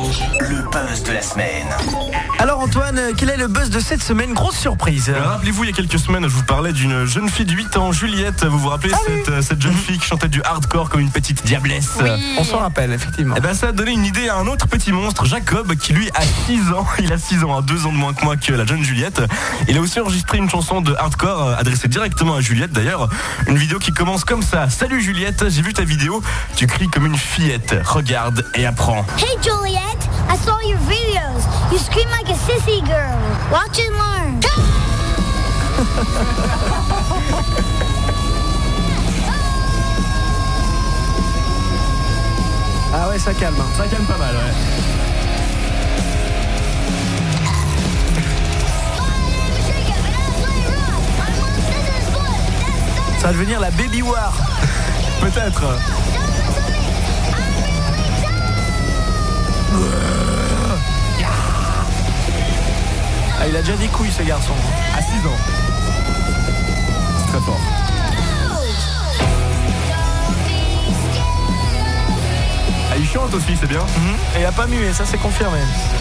le buzz de la semaine. Alors Antoine, quel est le buzz de cette semaine? Grosse surprise. Rappelez-vous, il y a quelques semaines, je vous parlais d'une jeune fille de 8 ans, Juliette. Vous vous rappelez cette jeune fille qui chantait du hardcore comme une petite diablesse? On s'en rappelle, effectivement. Et ben ça a donné une idée à un autre petit monstre, Jacob, qui lui a 6 ans. Il a 6 ans, 2 ans de moins que moi que la jeune Juliette. Il a aussi enregistré une chanson de hardcore adressée directement à Juliette d'ailleurs. Une vidéo qui commence comme ça. Salut Juliette, j'ai vu ta vidéo. Tu cries comme une fillette. Regarde et apprends. Hey Juliet, I saw your videos. You scream like a sissy girl. Watch and learn. Ah ouais, ça calme. Ça calme pas mal, ouais. Ça va devenir la baby war. Peut-être. Ah, il a déjà des couilles ce garçon. À 6 ans. C'est très fort. Ah, il chante aussi, c'est bien. Et il a pas mué, ça c'est confirmé.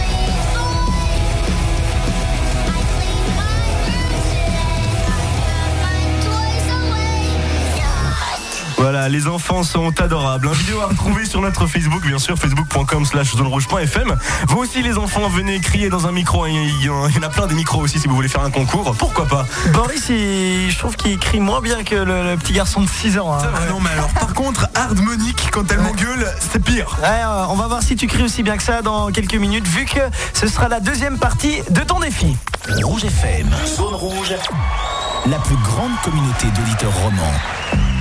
Voilà, les enfants sont adorables. Une vidéo à retrouver sur notre Facebook, bien sûr, facebook.com/zonerouge.fm. Vous aussi, les enfants, venez crier dans un micro. Il y en a plein des micros aussi si vous voulez faire un concours. Pourquoi pas? Boris, je trouve qu'il crie moins bien que le petit garçon de 6 ans. Hein. Ah non, mais alors, par contre, Hard Monique, quand elle m'engueule, c'est pire. Ouais, on va voir si tu cries aussi bien que ça dans quelques minutes, vu que ce sera la deuxième partie de ton défi. Rouge FM, Zone Rouge, la plus grande communauté d'auditeurs romans.